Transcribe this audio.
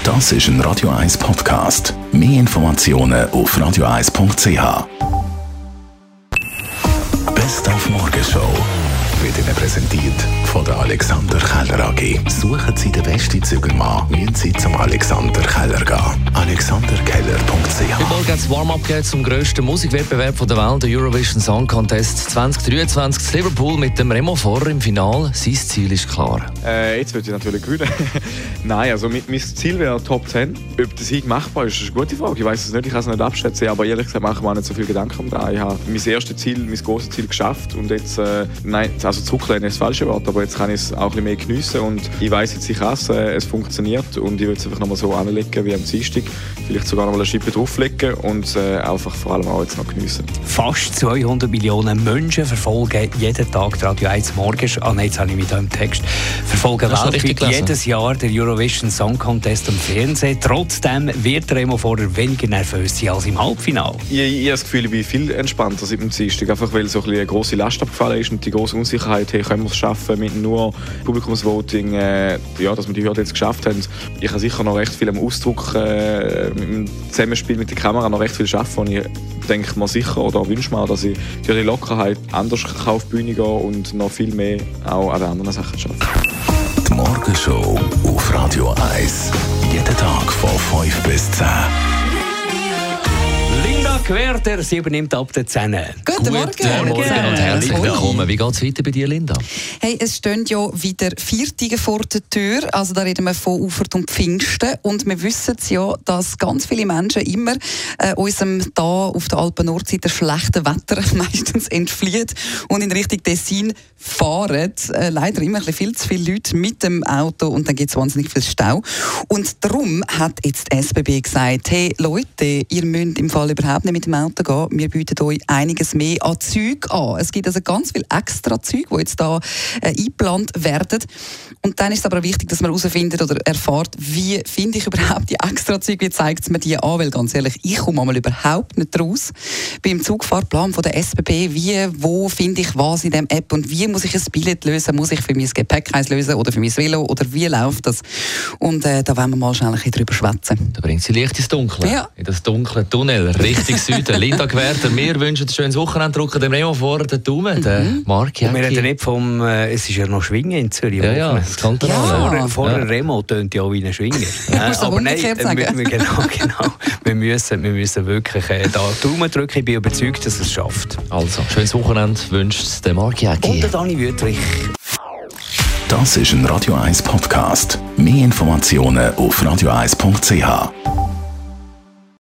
Das ist ein Radio 1 Podcast. Mehr Informationen auf radio1.ch. Best auf Morgenshow wird Ihnen präsentiert von der Alexander Keller AG. Suchen Sie den besten Zügelmann, müssen Sie zum Alexander Keller gehen. alexanderkeller.ch. Heute Morgen das Warm-up zum grössten Musikwettbewerb der Welt, der Eurovision Song Contest 2023 in Liverpool mit dem Remo Forrer im Finale. Sein Ziel ist klar. Jetzt würde ich natürlich gewinnen. Nein, also mein Ziel wäre Top 10. Ob der Sieg machbar ist, ist eine gute Frage. Ich weiß es nicht, ich kann es nicht abschätzen, aber ehrlich gesagt mache ich mir auch nicht so viel Gedanken um das. Ich habe mein erstes Ziel, mein grosses Ziel geschafft und jetzt, also zurücklehnen ist das falsche Wort, aber jetzt kann ich es auch ein bisschen mehr geniessen und ich weiss jetzt, ich kann es funktioniert und ich will es einfach nochmal so anlegen wie am Dienstag, vielleicht sogar noch mal eine Schippe drauflegen und einfach vor allem auch jetzt noch geniessen. Fast 200 Millionen Menschen verfolgen jeden Tag Radio 1 morgens, jetzt habe ich mit im Text, verfolgen weltweit jedes Jahr den Eurovision Song Contest am Fernsehen. Trotzdem wird Remo Forrer weniger nervös sein als im Halbfinale. Ich habe das Gefühl, ich bin viel entspannter seit dem Dienstag, einfach weil so eine grosse Last abgefallen ist und die grosse Unsicherheit, hey, können wir es schaffen mit nur Publikumsvoting, dass wir die Hürde jetzt geschafft haben. Ich habe sicher noch recht viel am Ausdruck, im Zusammenspiel mit der Kamera noch recht viel schaffen und ich denke mir sicher oder wünsche mir, dass ich durch die Lockerheit anders auf die Bühne gehe und noch viel mehr auch an den anderen Sachen schaffe. Die Morgenshow auf Radio 1. Jeden Tag von 5 bis 10. Linda Querter, sie übernimmt ab der 10. Guten Morgen und herzlich willkommen. Wie geht es weiter bei dir, Linda? Hey, es stehen ja wieder Viertige vor der Tür. Also da reden wir von Ufert und Pfingsten. Und wir wissen ja, dass ganz viele Menschen immer unserem da auf der Alpen-Nordzeit der schlechten Wetter meistens entfliehen und in Richtung Tessin fahren. Leider immer ein bisschen viel zu viele Leute mit dem Auto und dann gibt es wahnsinnig viel Stau. Und darum hat jetzt die SBB gesagt, hey Leute, ihr müsst im Fall überhaupt nicht mit dem Auto gehen. Wir bieten euch einiges mehr an Zeug an. Es gibt also ganz viel extra Zeug, die jetzt da eingeplant werden. Und dann ist es aber auch wichtig, dass man herausfindet oder erfährt, wie finde ich überhaupt die extra Zeug, wie zeigt es mir die an, weil ganz ehrlich, ich komme einmal überhaupt nicht raus. Beim Zugfahrplan von der SBB, wo finde ich was in dieser App und wie muss ich ein Billett lösen, muss ich für mein Gepäck eins lösen oder für mein Velo oder wie läuft das? Und da wollen wir mal schnell ein bisschen drüber schwätzen. Da bringt sie Licht ins Dunkle. Ja. In das dunkle Tunnel, Richtung Süden. Linda Querter, wir wünschen ein schönes Wochenende, drücken dem Remo vor den Daumen, den Marc Jäcki. Wir reden nicht vom, es ist ja noch Schwingen in Zürich. Ja, das kann Vorher Remo tönt ja auch wie ein Schwinger. Aber nein, wir müssen wirklich da Daumen drücken. Ich bin überzeugt, dass es schafft. Also, schönes Wochenende wünscht der Marc Jäcki. Und der Dani Wüttrich. Das ist ein Radio 1 Podcast. Mehr Informationen auf radio1.ch.